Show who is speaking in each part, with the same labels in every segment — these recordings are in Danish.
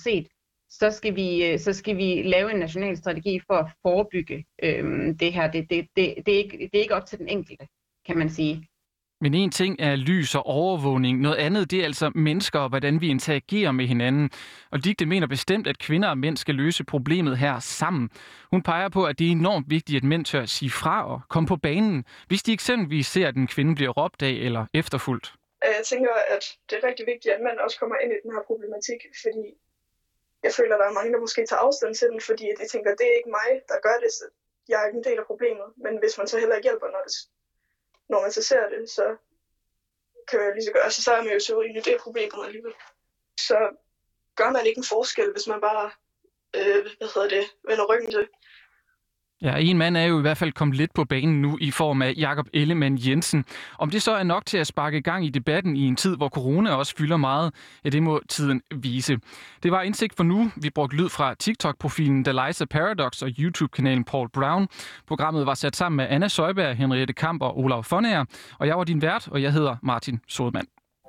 Speaker 1: set, så skal vi lave en national strategi for at forebygge det her. Det er ikke op til den enkelte, kan man sige.
Speaker 2: Men en ting er lys og overvågning. Noget andet, det er altså mennesker og hvordan vi interagerer med hinanden. Og Dicte mener bestemt, at kvinder og mænd skal løse problemet her sammen. Hun peger på, at det er enormt vigtigt, at mænd tør sige fra og komme på banen, hvis de eksempelvis ser, at en kvinde bliver råbt af eller efterfulgt.
Speaker 3: Jeg tænker, at det er rigtig vigtigt, at mænd også kommer ind i den her problematik, fordi jeg føler, at der er mange, der måske tager afstand til den, fordi de tænker, at det er ikke mig, der gør det, så jeg er ikke en del af problemet. Men hvis man så heller ikke hjælper, når man så ser det, så kan man jo lige så gøre, så er man jo så i det problemet alligevel. Så gør man ikke en forskel, hvis man bare vender ryggen til.
Speaker 2: Ja, en mand er jo i hvert fald kommet lidt på banen nu i form af Jakob Ellemann Jensen. Om det så er nok til at sparke gang i debatten i en tid, hvor corona også fylder meget, ja, det må tiden vise. Det var indsigt for nu. Vi brugte lyd fra TikTok-profilen Deliza Paradox og YouTube-kanalen Paul Brown. Programmet var sat sammen med Anna Søjberg, Henriette Kamp og Olav Fonnager. Og jeg var din vært, og jeg hedder Martin Sodemann.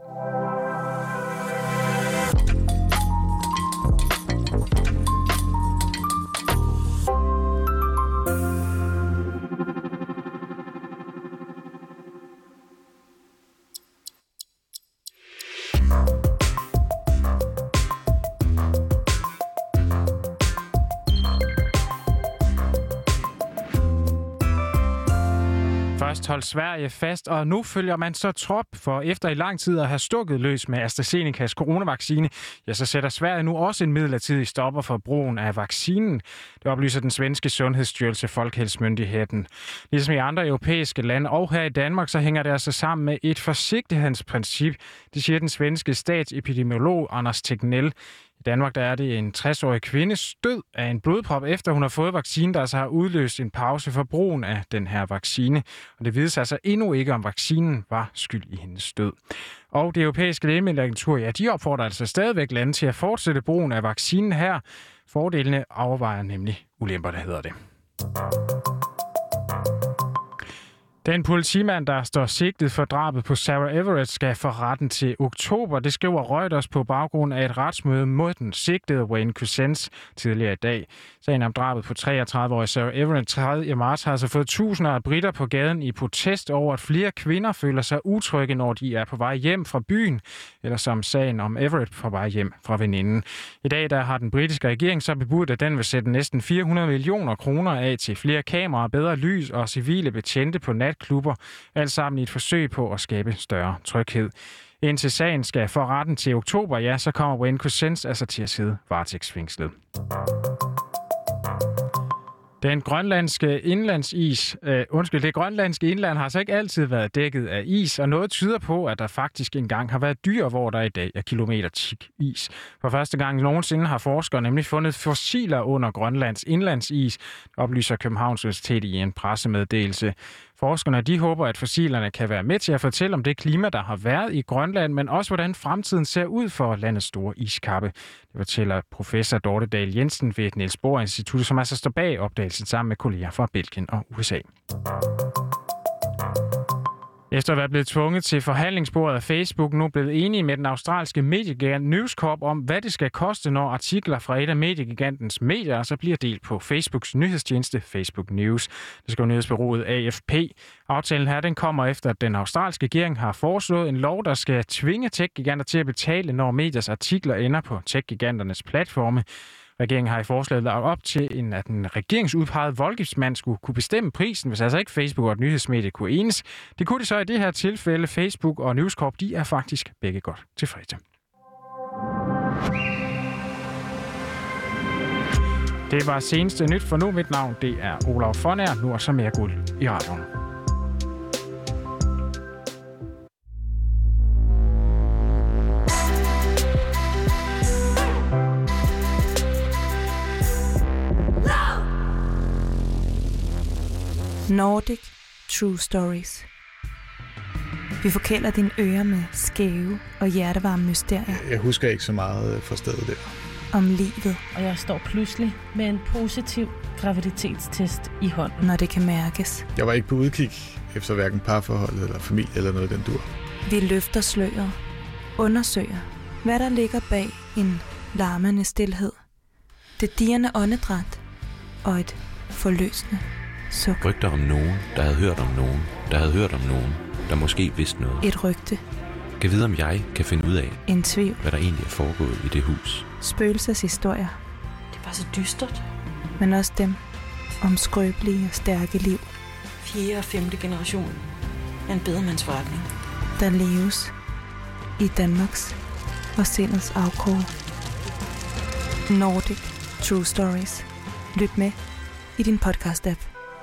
Speaker 4: Først holdt Sverige fast, og nu følger man så trop, for efter i lang tid at have stukket løs med AstraZenecas coronavaccine, ja, så sætter Sverige nu også en midlertidig stopper for brugen af vaccinen. Det oplyser den svenske sundhedsstyrelse Folkhälsomyndigheten. Ligesom i andre europæiske lande og her i Danmark, så hænger det altså sammen med et forsigtighedsprincip. Det siger den svenske statsepidemiolog Anders Tegnell. I Danmark der er det en 60-årig kvindes død af en blodprop, efter hun har fået vaccinen, der altså har udløst en pause for brugen af den her vaccine. Og det vides altså endnu ikke, om vaccinen var skyld i hendes død. Og det europæiske lægemiddelagentur, ja, de opfordrer altså stadigvæk lande til at fortsætte brugen af vaccinen her. Fordelene overvejer nemlig ulemperne, hedder det. Den politimand, der står sigtet for drabet på Sarah Everett, skal for retten til oktober. Det skriver Reuters på baggrund af et retsmøde mod den sigtede Wayne Couzens tidligere i dag. Sagen om drabet på 33-årige Sarah Everett 3. marts har altså fået tusinder af briter på gaden i protest over, at flere kvinder føler sig utrygge, når de er på vej hjem fra byen, eller som sagen om Everett på vej hjem fra veninden. I dag der har den britiske regering så bebudt, at den vil sætte næsten 400 millioner kroner af til flere kameraer, bedre lys og civile betjente på natklubber, alt sammen i et forsøg på at skabe større tryghed. Indtil sagen skal for retten til oktober, ja, så kommer Wayne Couzens altså til at sidde varetægtsfængslet. Det grønlandske indland har altså ikke altid været dækket af is, og noget tyder på, at der faktisk engang har været dyr, hvor der i dag er kilometer tyk is. For første gang nogensinde har forskere nemlig fundet fossiler under Grønlands indlandsis, oplyser Københavns Universitet i en pressemeddelelse. Forskerne de håber, at fossilerne kan være med til at fortælle om det klima, der har været i Grønland, men også hvordan fremtiden ser ud for landets store iskappe. Det fortæller professor Dorte Dahl Jensen ved Niels Bohr Institut, som altså står bag opdagelsen sammen med kolleger fra Belgien og USA. Efter at være blevet tvunget til forhandlingsbordet af Facebook, nu blevet enige med den australske mediegigant News Corp om, hvad det skal koste, når artikler fra et af mediegigantens medier så bliver delt på Facebooks nyhedstjeneste Facebook News. Det skal nyhedsbureauet AFP. Aftalen her den kommer efter, at den australske regering har foreslået en lov, der skal tvinge tech-giganter til at betale, når mediers artikler ender på tech-giganternes platforme. Regeringen har i forslaget lagt op til, at en regeringsudpeget voldgiftsmand skulle kunne bestemme prisen, hvis altså ikke Facebook og et nyhedsmedie kunne enes. Det kunne de så i det her tilfælde. Facebook og News Corp, de er faktisk begge godt tilfredse. Det var seneste nyt for nu. Mit navn det er Olav Fonnager. Nu er så mere guld i radioen.
Speaker 5: Nordic True Stories. Vi forkæler dine ører med skæve og hjertevarme mysterier.
Speaker 6: Jeg husker ikke så meget fra stedet der.
Speaker 5: Om livet.
Speaker 7: Og jeg står pludselig med en positiv graviditetstest i hånden.
Speaker 5: Når det kan mærkes.
Speaker 6: Jeg var ikke på udkig efter hverken parforhold eller familie eller noget den dur.
Speaker 5: Vi løfter sløret. Undersøger, hvad der ligger bag en larmende stilhed, det dirrende åndedræt og et forløsende suk.
Speaker 8: Rygter om nogen, der havde hørt om nogen, der havde hørt om nogen, der måske vidste noget.
Speaker 5: Et rygte.
Speaker 8: Kan vide, om jeg kan finde ud af,
Speaker 5: En tvivl.
Speaker 8: hvad der egentlig er foregået i det hus.
Speaker 5: Spøgelseshistorier.
Speaker 9: Det er bare så dystert.
Speaker 5: Men også dem om skrøbelige og stærke liv.
Speaker 9: 4. og 5. generation er en bedemandsforretning.
Speaker 5: Der leves i Danmarks og sindets afkroge. Nordic True Stories. Lyt med i din podcast-app.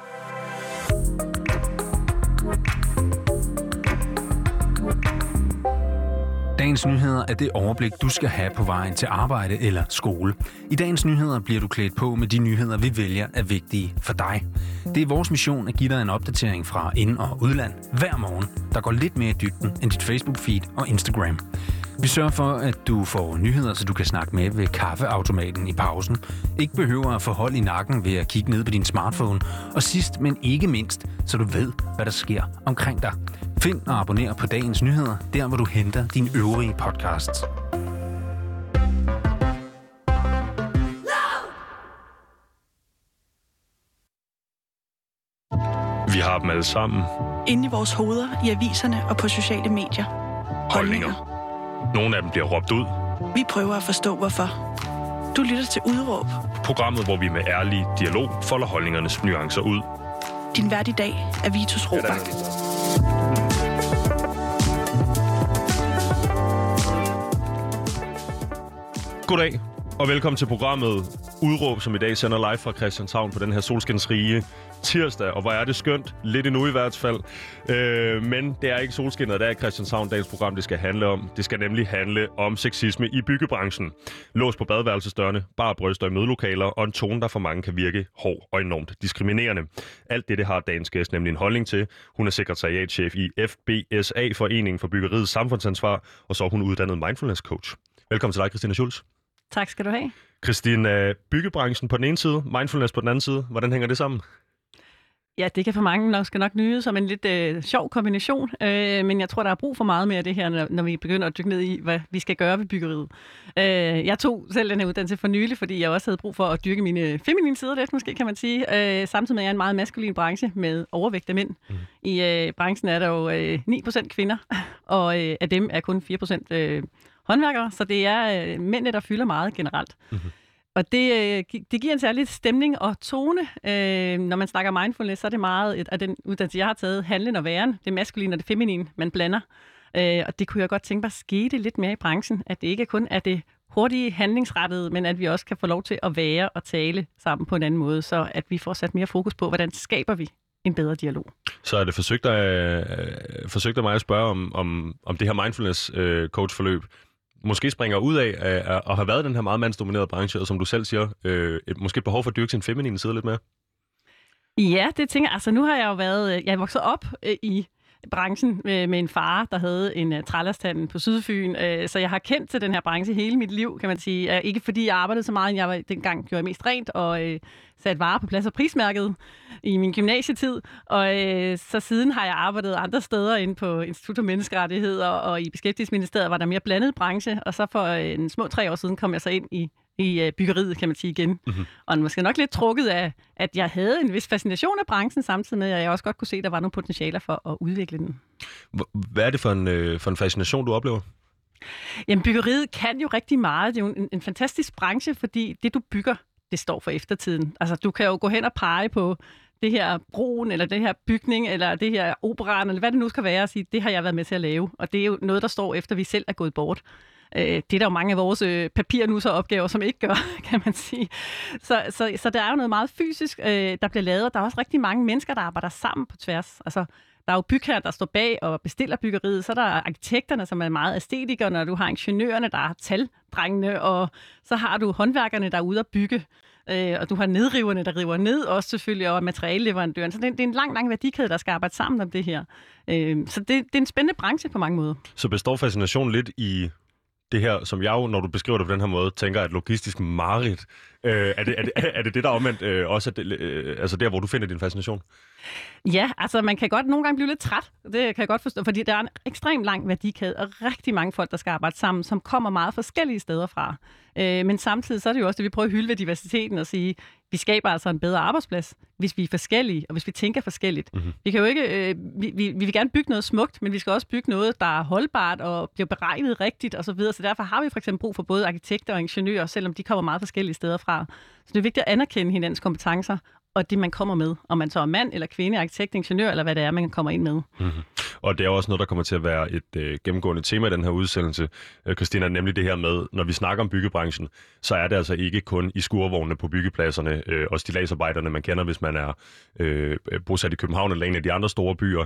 Speaker 10: Dagens nyheder er det overblik, du skal have på vejen til arbejde eller skole. I dagens nyheder bliver du klædt på med de nyheder, vi vælger er vigtige for dig. Det er vores mission at give dig en opdatering fra ind- og udland hver morgen, der går lidt mere i dybden end dit Facebook-feed og Instagram. Vi sørger for, at du får nyheder, så du kan snakke med ved kaffeautomaten i pausen. Ikke behøver at få hold i nakken ved at kigge ned på din smartphone. Og sidst, men ikke mindst, så du ved, hvad der sker omkring dig. Find og abonner på dagens nyheder, der hvor du henter dine øvrige podcasts.
Speaker 11: Vi har dem alle sammen.
Speaker 12: Inde i vores hoveder, i aviserne og på sociale medier.
Speaker 11: Holdninger. Nogle af dem bliver råbt ud.
Speaker 12: Vi prøver at forstå, hvorfor. Du lytter til Udråb.
Speaker 11: Programmet, hvor vi med ærlig dialog folder holdningernes nuancer ud.
Speaker 12: Din vært i dag er Vitus Robak.
Speaker 11: Goddag, og velkommen til programmet Udråb, som i dag sender live fra Christianshavn på den her solskinsrige tirsdag. Og hvor er det skønt, lidt endnu i hvert fald. Men det er ikke solskinnet, det er Christianshavn, dagens program, det skal handle om. Det skal nemlig handle om sexisme i byggebranchen. Lås på badeværelsesdørene, bare bryster i mødelokaler og en tone, der for mange kan virke hård og enormt diskriminerende. Alt det har dagens gæst nemlig en holdning til. Hun er sekretariatschef i FBSA, Foreningen for Byggeriets Samfundsansvar, og så er hun uddannet mindfulness coach. Velkommen til dig, Christina Schulz.
Speaker 13: Tak skal du have.
Speaker 11: Christina, byggebranchen på den ene side, mindfulness på den anden side. Hvordan hænger det sammen?
Speaker 13: Ja, det kan for mange nok nyde som en lidt sjov kombination, men jeg tror, der er brug for meget mere af det her, når vi begynder at dykke ned i, hvad vi skal gøre ved byggeriet. Jeg tog selv den her uddannelse for nylig, fordi jeg også havde brug for at dyrke mine feminine sider lidt, måske kan man sige. Samtidig med, at jeg er en meget maskulin branche med overvægt af mænd. I branchen er der jo 9% kvinder, og af dem er kun 4% håndværkere, så det er mændene, der fylder meget generelt. Og det giver en særlig stemning og tone. Når man snakker mindfulness, så er det meget af den uddannelse, jeg har taget, handlen og væren. Det maskuline og det feminine, man blander. Og det kunne jeg godt tænke mig at skete lidt mere i branchen. At det ikke kun er det hurtige handlingsrettede, men at vi også kan få lov til at være og tale sammen på en anden måde, så at vi får sat mere fokus på, hvordan skaber vi en bedre dialog.
Speaker 11: Så er det forsøgt af mig at spørge om det her mindfulness coach-forløb måske springer ud af at have været den her meget mandsdominerede branche, og som du selv siger, måske et behov for at dyrke sin feminine side lidt mere?
Speaker 13: Ja, det tænker jeg. Altså, nu har jeg jo været... Jeg er vokset op i branchen med en far, der havde en trællerstand på Sydfyn, så jeg har kendt til den her branche hele mit liv, kan man sige. Ikke fordi jeg arbejdede så meget, dengang gjorde jeg mest rent og satte varer på plads og prismærket i min gymnasietid, og så siden har jeg arbejdet andre steder inde på Institut for Menneskerettigheder, og i Beskæftigelsesministeriet var der mere blandet branche, og så for en små 3 år siden kom jeg så ind i byggeriet, kan man sige igen. Og måske nok lidt trukket af, at jeg havde en vis fascination af branchen, samtidig med, at jeg også godt kunne se, at der var nogle potentialer for at udvikle den.
Speaker 11: Hvad er det for en fascination, du oplever?
Speaker 13: Jamen, byggeriet kan jo rigtig meget. Det er jo en fantastisk branche, fordi det, du bygger, det står for eftertiden. Altså, du kan jo gå hen og pege på det her broen, eller det her bygning, eller det her operan, eller hvad det nu skal være, og sige, det har jeg været med til at lave. Og det er jo noget, der står efter, vi selv er gået bort. Det er der jo mange af vores papirnusseropgaver, som ikke gør, kan man sige. Så der er jo noget meget fysisk, der bliver lavet, og der er også rigtig mange mennesker, der arbejder sammen på tværs. Altså, der er jo bygherrer, der står bag og bestiller byggeriet, så er der arkitekterne, som er meget æstetikere, når du har ingeniørerne, der er taldrengene, og så har du håndværkerne, der er ude at bygge. Og du har nedriverne, der river ned, også selvfølgelig, og materialeleverandøren. Så det er en lang værdikæde, der skal arbejde sammen om det her. Så det er en spændende branche på mange måder.
Speaker 11: Så består fascinationen lidt i det her, som jeg jo, når du beskriver det på den her måde, tænker er et logistisk mareridt. Er det der omvendt også, altså der, hvor du finder din fascination?
Speaker 13: Ja, altså man kan godt nogle gange blive lidt træt. Det kan jeg godt forstå, fordi der er en ekstremt lang værdikæde og rigtig mange folk, der skal arbejde sammen, som kommer meget forskellige steder fra. Men samtidig så er det jo også det, vi prøver at hylde ved diversiteten og sige, vi skaber altså en bedre arbejdsplads, hvis vi er forskellige, og hvis vi tænker forskelligt. Mm-hmm. Vi kan jo ikke, vi vil gerne bygge noget smukt, men vi skal også bygge noget, der er holdbart og bliver beregnet rigtigt osv. Så derfor har vi for eksempel brug for både arkitekter og ingeniører, selvom de kommer meget forskellige steder fra. Så det er vigtigt at anerkende hinandens kompetencer, og det, man kommer med. Om man så er mand eller kvinde, arkitekt, ingeniør, eller hvad det er, man kommer ind med. Mm-hmm.
Speaker 11: Og det er også noget, der kommer til at være et gennemgående tema i den her udsendelse, Christina, nemlig det her med, når vi snakker om byggebranchen, så er det altså ikke kun i skurvognene på byggepladserne og stilladsarbejderne, man kender, hvis man er bosat i København eller en af de andre store byer.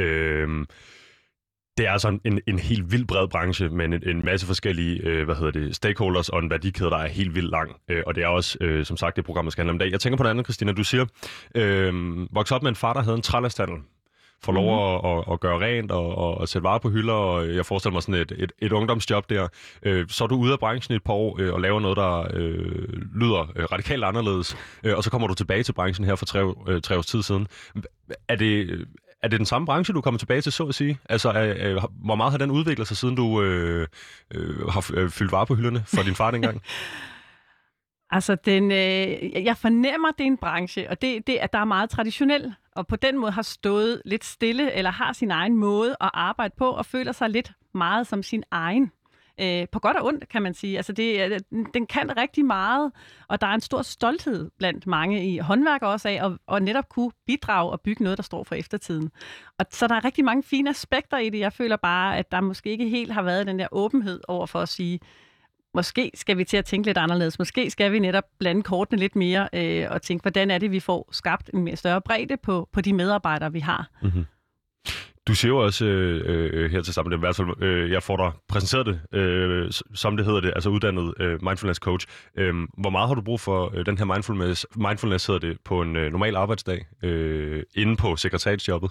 Speaker 11: Det er altså en helt vildt bred branche med en masse forskellige stakeholders og en værdikæde, der er helt vildt lang. Og det er også, som sagt, det program, der skal handle om i dag. Jeg tænker på noget andet, Christina. Du siger, vokse op med en far, der havde en trælasthandel. Får lov at gøre rent og sætte varer på hylder, og jeg forestiller mig sådan et ungdomsjob der. Så er du ude af branchen i et par år og laver noget, der lyder radikalt anderledes, og så kommer du tilbage til branchen her for 3 års tid siden. Er det den samme branche, du kommer tilbage til, så at sige? Altså, hvor meget har den udviklet sig, siden du har fyldt varer på hylderne for din far dengang?
Speaker 13: Altså, jeg fornemmer, at det er en branche, og det at der er meget traditionel, og på den måde har stået lidt stille, eller har sin egen måde at arbejde på, og føler sig lidt meget som sin egen. På godt og ondt, kan man sige. Altså, den kan rigtig meget, og der er en stor stolthed blandt mange i håndværkere også af, at netop kunne bidrage og bygge noget, der står for eftertiden. Og så der er rigtig mange fine aspekter i det. Jeg føler bare, at der måske ikke helt har været den der åbenhed over for at sige, måske skal vi til at tænke lidt anderledes. Måske skal vi netop blande kortene lidt mere og tænke, hvordan er det, vi får skabt en mere større bredde på de medarbejdere, vi har. Mm-hmm.
Speaker 11: Du siger jo også her til sammen, i hvert fald, jeg får dig præsenteret det, som det hedder det, altså uddannet mindfulness coach. Hvor meget har du brug for den her mindfulness hedder det, på en normal arbejdsdag, inde på sekretariatsjobbet?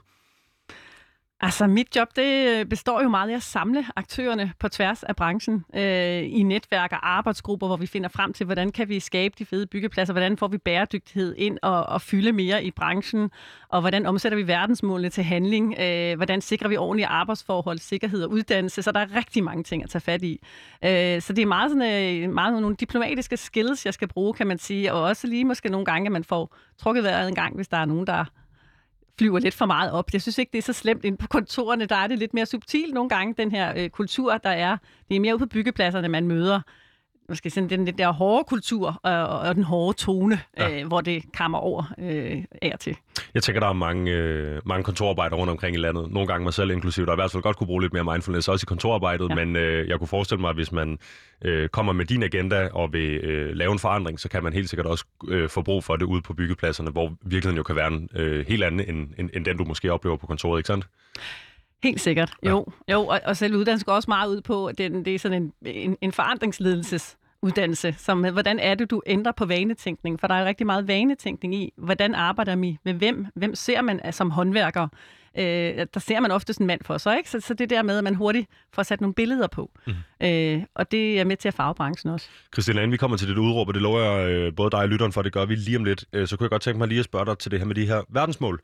Speaker 13: Altså, mit job, det består jo meget af at samle aktørerne på tværs af branchen i netværk og arbejdsgrupper, hvor vi finder frem til, hvordan kan vi skabe de fede byggepladser, hvordan får vi bæredygtighed ind og fylde mere i branchen, og hvordan omsætter vi verdensmålene til handling, hvordan sikrer vi ordentlige arbejdsforhold, sikkerhed og uddannelse, så der er rigtig mange ting at tage fat i. Så det er meget nogle diplomatiske skills, jeg skal bruge, kan man sige, og også lige måske nogle gange, at man får trukket vejret en gang, hvis der er nogen, der flyver lidt for meget op. Jeg synes ikke, det er så slemt inde på kontorerne. Der er det lidt mere subtilt nogle gange, den her kultur, der er. Det er mere ude på byggepladserne, man møder måske sådan den der hårde kultur og den hårde tone, hvor det kammer over af og til.
Speaker 11: Jeg tænker, der er mange kontorarbejdere rundt omkring i landet. Nogle gange mig selv inklusive, der i hvert fald godt kunne bruge lidt mere mindfulness, også i kontorarbejdet. Men jeg kunne forestille mig, at hvis man kommer med din agenda og vil lave en forandring, så kan man helt sikkert også få brug for det ude på byggepladserne, hvor virkeligheden jo kan være en helt anden, end den, du måske oplever på kontoret, ikke sandt?
Speaker 13: Helt sikkert, jo. Og selv uddannelse går også meget ud på, det er sådan en forandringsledelsesuddannelse, som hvordan er det, du ændrer på vanetænkning? For der er rigtig meget vanetænkning i, hvordan arbejder vi med hvem? Hvem ser man som håndværker? Der ser man ofte sådan en mand for sig, ikke? Så det der med, at man hurtigt får sat nogle billeder på. Og det er med til at farve branchen også.
Speaker 11: Christina, inden vi kommer til dit udråb, og det lover jeg både dig og lytteren for, det gør vi lige om lidt, så kunne jeg godt tænke mig lige at spørge dig til det her med de her verdensmål.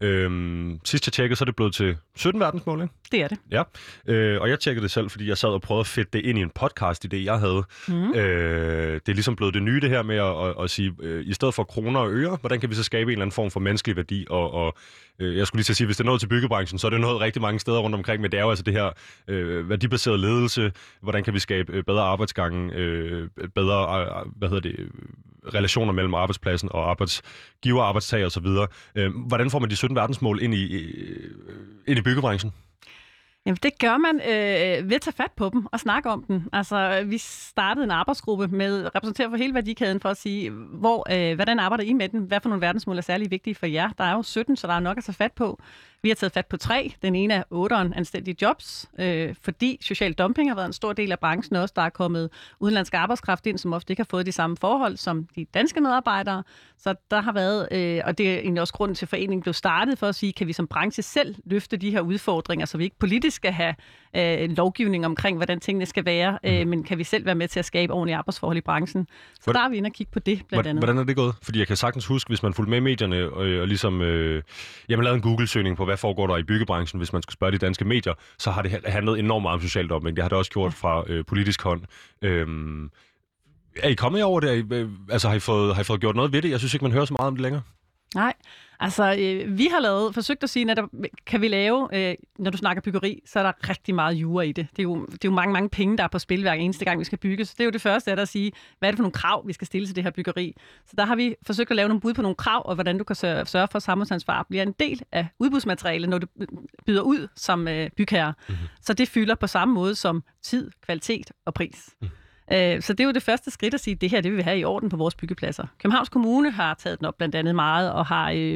Speaker 11: Sidst jeg tjekkede, så er det blevet til 17 verdensmål, ikke?
Speaker 13: Det er det.
Speaker 11: Ja, og jeg tjekkede det selv, fordi jeg sad og prøvede at fedte det ind i en podcast-idé, jeg havde. Det er ligesom blevet det nye, det her med at sige, i stedet for kroner og øre, hvordan kan vi så skabe en eller anden form for menneskelig værdi? Og jeg skulle lige til at sige, hvis det er noget til byggebranchen, så er det noget rigtig mange steder rundt omkring, men det er jo altså det her værdibaseret ledelse, hvordan kan vi skabe bedre arbejdsgange, bedre, relationer mellem arbejdspladsen og arbejdsgiver, arbejdstager osv. Hvordan får man de 17 verdensmål ind i byggebranchen?
Speaker 13: Jamen, det gør man ved at tage fat på dem og snakke om dem. Altså, vi startede en arbejdsgruppe med repræsenteret for hele værdikæden for at sige, hvordan arbejder I med den? Hvad for nogle verdensmål er særlig vigtige for jer? Der er jo 17, så der er nok at tage fat på. Vi har taget fat på 3. Den ene er 8'eren, anstændige jobs, fordi social dumping har været en stor del af branchen også. Der er kommet udenlandsk arbejdskraft ind, som ofte ikke har fået de samme forhold som de danske medarbejdere. Så der har været, og det er egentlig også grunden til, at foreningen blev startet for at sige, kan vi som branche selv løfte de her udfordringer, så vi ikke politisk skal have lovgivning omkring, hvordan tingene skal være, men kan vi selv være med til at skabe ordentlige arbejdsforhold i branchen. Så der er vi inde og kigge på det, blandt andet.
Speaker 11: Hvordan er det gået? Fordi jeg kan sagtens huske, hvis man fulgte med i medierne og ligesom lavede en Google-søgning på, hvad foregår der i byggebranchen, hvis man skulle spørge de danske medier, så har det handlet enormt meget om social dumping. Det har det også gjort fra politisk hånd. Er I kommet over det? Altså, har I fået gjort noget ved det? Jeg synes ikke, man hører så meget om det længere.
Speaker 13: Nej, altså vi har forsøgt at sige, at kan vi lave, når du snakker byggeri, så er der rigtig meget jura i det. Det er jo mange penge, der er på spil hver eneste gang, vi skal bygge. Så det er jo det første, at sige, hvad er det for nogle krav, vi skal stille til det her byggeri. Så der har vi forsøgt at lave nogle bud på nogle krav, og hvordan du kan sørge for, at samfundsansvar bliver en del af udbudsmaterialet, når du byder ud som bygherre. Mm-hmm. Så det fylder på samme måde som tid, kvalitet og pris. Så det er jo det første skridt at sige, at det her det vil vi have i orden på vores byggepladser. Københavns Kommune har taget den op blandt andet meget, og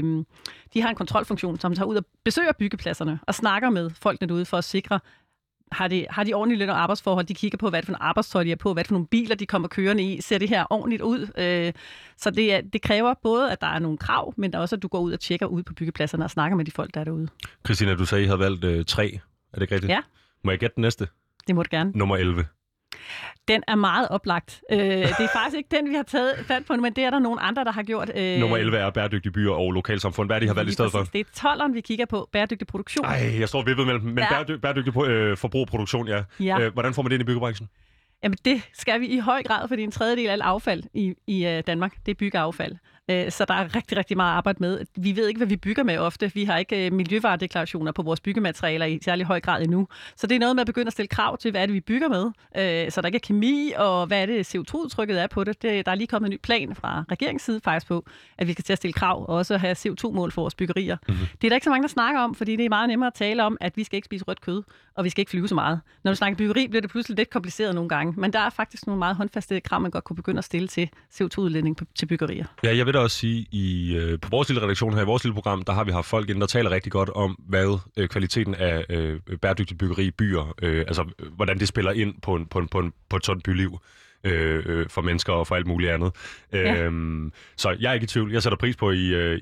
Speaker 13: de har en kontrolfunktion, som tager ud og besøger byggepladserne og snakker med folkene derude for at sikre, har de ordentlige løn- og arbejdsforhold. De kigger på, hvad det for en arbejdstøj de er på, hvad det for nogle biler, de kommer kørende i. Ser det her ordentligt ud? Så det kræver både, at der er nogle krav, men også, at du går ud og tjekker ud på byggepladserne og snakker med de folk, der er derude.
Speaker 11: Christina, du sagde, I havde valgt 3. Er det ikke rigtigt?
Speaker 13: Ja.
Speaker 11: Må jeg gætte den næste?
Speaker 13: Det må du gerne.
Speaker 11: Nummer 11.
Speaker 13: Den er meget oplagt. Det er faktisk ikke den, vi har taget fat på, men det er der nogle andre, der har gjort.
Speaker 11: Nummer 11 er bæredygtige byer og lokalsamfund. Hvad er det, I har valgt i stedet for?
Speaker 13: Det er 12'eren, vi kigger på. Bæredygtig produktion.
Speaker 11: Ej, jeg står vippet mellem dem. Men bæredygtig forbrug og produktion, ja. Hvordan får man det ind i byggebranchen?
Speaker 13: Jamen, det skal vi i høj grad, fordi en tredjedel af alt affald i Danmark, det er byggeaffald. Så der er rigtig, rigtig meget arbejde med. Vi ved ikke, hvad vi bygger med ofte. Vi har ikke miljøvaredeklarationer på vores byggematerialer i særlig høj grad endnu. Så det er noget med at begynde at stille krav til, hvad er det, vi bygger med. Så der ikke er kemi, og hvad er det, CO2-udtrykket er på det. Der er lige kommet en ny plan fra regeringens side faktisk på, at vi skal til at stille krav og også have CO2-mål for vores byggerier. Mm-hmm. Det er der ikke så mange, der snakker om, fordi det er meget nemmere at tale om, at vi skal ikke spise rødt kød, og vi skal ikke flyve så meget. Når du snakker byggeri, bliver det pludselig lidt kompliceret nogle gange, men der er faktisk nogle meget håndfaste krav, man godt kunne begynde at stille til CO2-udledning til byggerier. Ja,
Speaker 11: jeg vil da også sige, på vores lille redaktion her, i vores lille program, der har vi haft folk inde, der taler rigtig godt om, hvad kvaliteten af bæredygtigt byggeri i byer, altså hvordan det spiller ind på et sundt byliv for mennesker og for alt muligt andet. Ja. Så jeg er ikke i tvivl. Jeg sætter pris på, at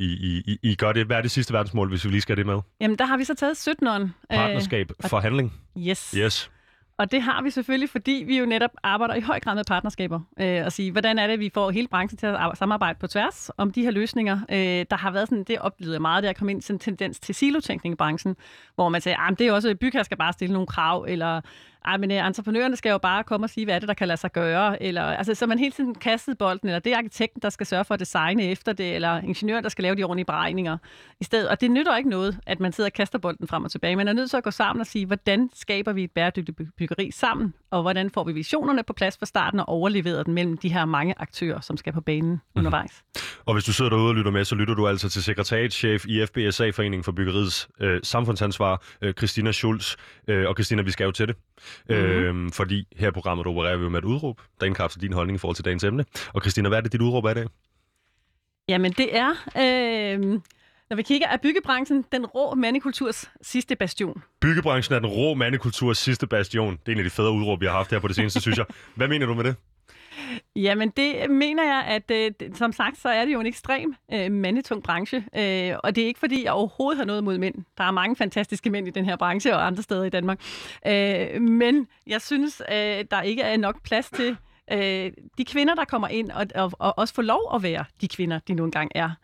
Speaker 11: I gør det. Hvad er det sidste verdensmål, hvis vi lige skal have det med?
Speaker 13: Jamen, der har vi så taget 17'eren.
Speaker 11: Partnerskab for handling.
Speaker 13: Yes. Og det har vi selvfølgelig, fordi vi jo netop arbejder i høj grad med partnerskaber. Og sige, hvordan er det, vi får hele branchen til at samarbejde på tværs om de her løsninger. Der har været sådan, det oplevede jeg meget, da jeg kom ind til en tendens til silotænkning i branchen, hvor man siger, det er også, bygherrer skal bare stille nogle krav, eller men entreprenørerne skal jo bare komme og sige, hvad er det, der kan lade sig gøre, eller altså, så man hele tiden kastede bolden, eller det er arkitekten, der skal sørge for at designe efter det, eller ingeniøren, der skal lave de ordentlige beregninger i stedet. Og det nytter ikke noget, at man sidder og kaster bolden frem og tilbage. Man er nødt til at gå sammen og sige, hvordan skaber vi et bæredygtigt byggeri sammen, og hvordan får vi visionerne på plads fra starten og overleverer den mellem de her mange aktører, som skal på banen undervejs.
Speaker 11: Og hvis du sidder derude og lytter med, så lytter du altså til sekretariatschef i FBSA, Foreningen for Byggeriets samfundsansvar, Christina Schulz. Og Christina, vi skal jo til det. Fordi her i programmet opererer vi jo med et udråb, der indkapsler din holdning i forhold til dagens emne. Og Christina, hvad er det, dit udråb er i dag? Jamen,
Speaker 13: det er, når vi kigger, er byggebranchen den rå mandekulturs sidste bastion.
Speaker 11: Byggebranchen er den rå mandekulturs sidste bastion. Det er en af de federe udråb, vi har haft her på det seneste, synes jeg. Hvad mener du med det?
Speaker 13: Jamen, det mener jeg, at som sagt, så er det jo en ekstrem mandetung branche. Og det er ikke, fordi jeg overhovedet har noget mod mænd. Der er mange fantastiske mænd i den her branche og andre steder i Danmark. Men jeg synes, der ikke er nok plads til de kvinder, der kommer ind og også får lov at være de kvinder, de nu engang er.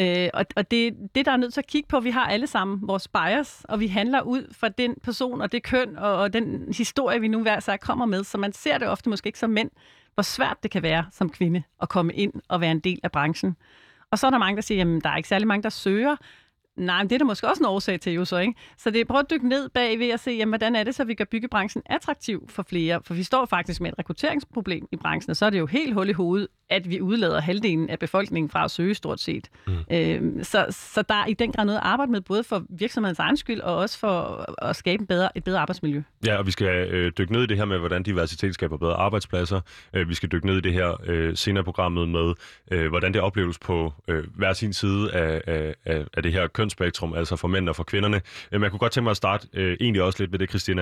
Speaker 13: Og det, der er nødt til at kigge på, vi har alle sammen vores bias, og vi handler ud fra den person og det køn og den historie, vi nu hver sag kommer med. Så man ser det ofte måske ikke som mænd, hvor svært det kan være som kvinde at komme ind og være en del af branchen. Og så er der mange, der siger, jamen der er ikke særlig mange, der søger. Nej, men det er der måske også en årsag til jo så, ikke? Så det er prøv at dykke ned bagved og se, jamen, hvordan er det så, vi gør byggebranchen attraktiv for flere? For vi står faktisk med et rekrutteringsproblem i branchen, og så er det jo helt hul i hovedet, at vi udlader halvdelen af befolkningen fra at søge stort set. Så der er i den grad noget at arbejde med, både for virksomhedens egen skyld, og også for at skabe et bedre arbejdsmiljø. Ja, og vi skal dykke ned i det her med, hvordan diversitet skaber bedre arbejdspladser. Vi skal dykke ned i det her senere programmet med, hvordan det opleves på hver sin side af det her kønsspektrum, altså for mænd og for kvinderne. Jeg kunne godt tænke mig at starte egentlig også lidt ved det, Christina.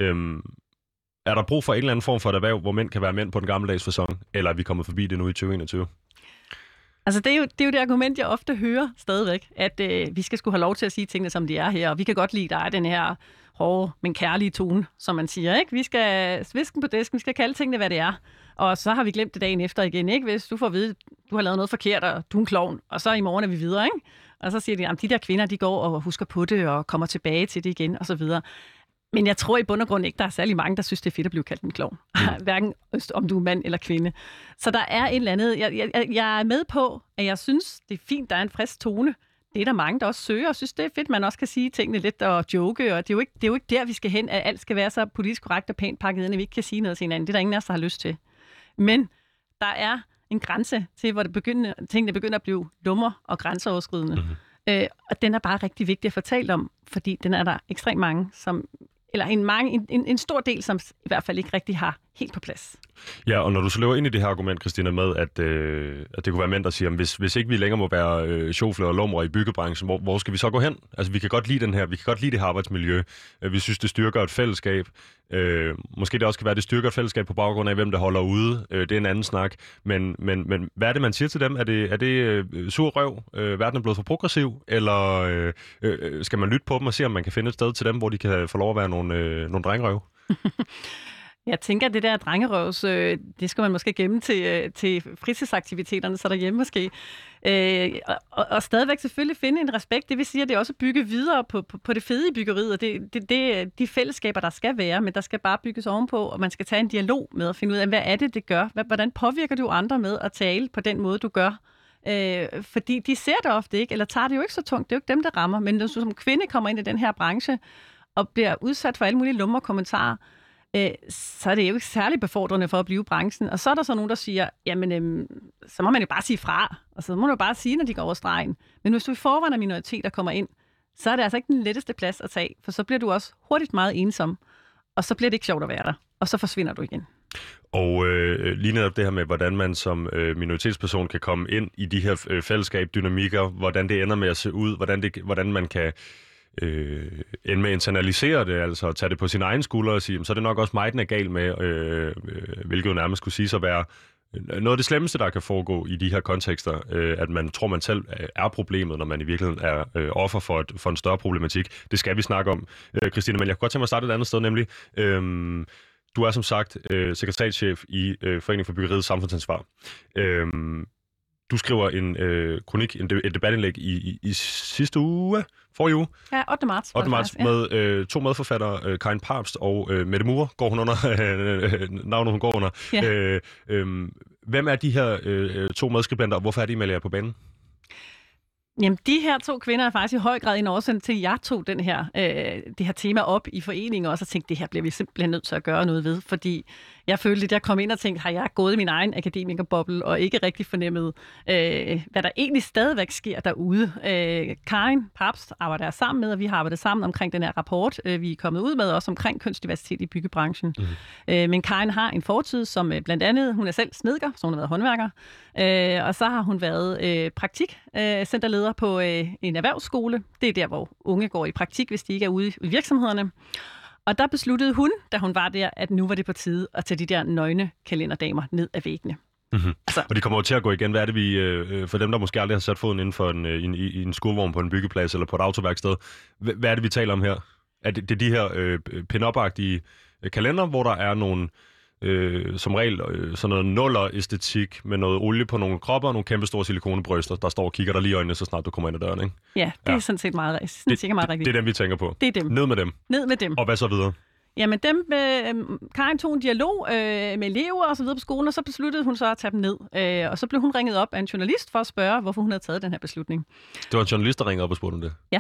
Speaker 13: Er der brug for en eller anden form for et erhverv, hvor mænd kan være mænd på den gammeldags facon, eller er vi kommet forbi det nu i 2021? Altså, det er jo det argument, jeg ofte hører stadigvæk, at vi skal skulle have lov til at sige tingene, som de er her, og vi kan godt lide, der er den her hårde, men kærlige tone, som man siger, ikke? Vi skal svisken på disken, vi skal kalde tingene, hvad det er. Og så har vi glemt det dagen efter igen, ikke? Hvis du får at vide, du har lavet noget forkert, og du er en klovn, og så i morgen er vi videre, ikke? Og så siger de, at de der kvinder, de går og husker på det, og kommer tilbage til det igen, og så videre. Men jeg tror i bund og grund ikke, der er særlig mange, der synes, det er fedt at blive kaldt en klovn. Hverken om du er mand eller kvinde. Så der er et eller andet. Jeg er med på, at jeg synes, det er fint, der er en frisk tone. Det er der mange, der også søger, og synes, det er fedt, man også kan sige tingene lidt og joke. Og det er jo ikke der, vi skal hen, at alt skal være så politisk korrekt og pænt pakket ind, at vi ikke kan sige noget til hinanden. Det er der ingen af os, der har lyst til. Men der er en grænse til, hvor tingene begynder at blive lumre og grænseoverskridende. Mm-hmm. Og den er bare rigtig vigtig at fortælle om, fordi den er der ekstremt mange, eller en stor del, som i hvert fald ikke rigtig har helt på plads.
Speaker 11: Ja, og når du så løber ind i det her argument, Christina, med, at det kunne være mænd, der siger, hvis ikke vi længere må være sjofler og lumre i byggebranchen, hvor skal vi så gå hen? Altså, vi kan godt lide det her arbejdsmiljø. Vi synes, det styrker et fællesskab. Måske det også kan være, det styrker et fællesskab på baggrund af, hvem der holder ude. Det er en anden snak. Men hvad er det, man siger til dem? Er det sur røv? Verden er blevet for progressiv? Eller skal man lytte på dem og se, om man kan finde et sted til dem, hvor de kan få lov at være nogle drengerøv?
Speaker 13: Jeg tænker, at det der drengerøvs, det skal man måske gemme til fritidsaktiviteterne, så derhjemme måske. Og stadigvæk selvfølgelig finde en respekt. Det vil sige, at det også bygge videre på det fede i byggeriet, og det de fællesskaber, der skal være, men der skal bare bygges ovenpå, og man skal tage en dialog med at finde ud af, hvad er det gør? Hvordan påvirker du andre med at tale på den måde, du gør? Fordi de ser det ofte ikke, eller tager det jo ikke så tungt. Det er jo ikke dem, der rammer. Men når du som kvinde kommer ind i den her branche, og bliver udsat for alle mulige lumre kommentarer, så er det jo ikke særlig befordrende for at blive i branchen. Og så er der så nogen, der siger, jamen, så må man jo bare sige fra, og så må du bare sige, når de går over stregen. Men hvis du i forvejen af minoriteter kommer ind, så er det altså ikke den letteste plads at tage, for så bliver du også hurtigt meget ensom, og så bliver det ikke sjovt at være der, og så forsvinder du igen.
Speaker 11: Og lige netop det her med, hvordan man som minoritetsperson kan komme ind i de her fællesskab-dynamikker, hvordan det ender med at se ud, hvordan man kan ende med at internalisere det, altså tage det på sin egen skulder og sige, så er det nok også mig, den er gal med, hvilket jo nærmest skulle sige at være noget af det slemmeste, der kan foregå i de her kontekster, at man tror, man selv er problemet, når man i virkeligheden er offer for en større problematik. Det skal vi snakke om, Christina, men jeg kunne godt tænke mig at starte et andet sted, nemlig du er som sagt sekretariatschef i Foreningen for Byggeriets Samfundsansvar. Du skriver en kronik, et debatindlæg i sidste uge, forrige uge.
Speaker 13: Ja, 8. marts.
Speaker 11: 8. marts med to medforfattere, Karin Papst og Mette Mure, går hun under, navnet hun går under. Ja. Hvem er de her to medskribenter, og hvorfor er de med jer på banen?
Speaker 13: Jamen, de her to kvinder er faktisk i høj grad en årsag til, at jeg tog det her tema op i foreningen også, og tænkte, det her bliver vi simpelthen nødt til at gøre noget ved, fordi jeg følte, at jeg kom ind og tænkte, har jeg gået i min egen akademikerboble, og ikke rigtig fornemmet, hvad der egentlig stadigvæk sker derude. Karin Papst arbejder jeg sammen med, og vi har arbejdet sammen omkring den her rapport, vi er kommet ud med, også omkring kønsdiversitet i byggebranchen. Mm-hmm. Men Karin har en fortid, som blandt andet, hun er selv snedker, så hun har været håndværker, og så har hun været praktikcenterleder på en erhvervsskole. Det er der, hvor unge går i praktik, hvis de ikke er ude i virksomhederne. Og der besluttede hun, da hun var der, at nu var det på tide at tage de der nøgne kalenderdamer ned af væggene.
Speaker 11: Mm-hmm. Altså, og de kommer jo til at gå igen. Hvad er det, vi, for dem, der måske aldrig har sat foden inden for en skurvogn på en byggeplads eller på et autoværksted, hvad er det, vi taler om her? Er det de her pin-up-agtige kalender, hvor der er nogle som regel sådan noget nuller-æstetik med noget olie på nogle kropper og nogle kæmpe store silikonebryster, der står og kigger dig lige i øjnene, så snart du kommer ind ad døren, ikke?
Speaker 13: Ja, det er sådan set meget rigtigt.
Speaker 11: Det er dem, vi tænker på.
Speaker 13: Det er dem.
Speaker 11: Ned med dem.
Speaker 13: Ned med dem.
Speaker 11: Og hvad så videre?
Speaker 13: Jamen, Karin tog en dialog med elever og så videre på skolen, og så besluttede hun så at tage dem ned. Og så blev hun ringet op af en journalist for at spørge, hvorfor hun havde taget den her beslutning.
Speaker 11: Det var en journalist, der ringede op og spurgte om det?
Speaker 13: Ja.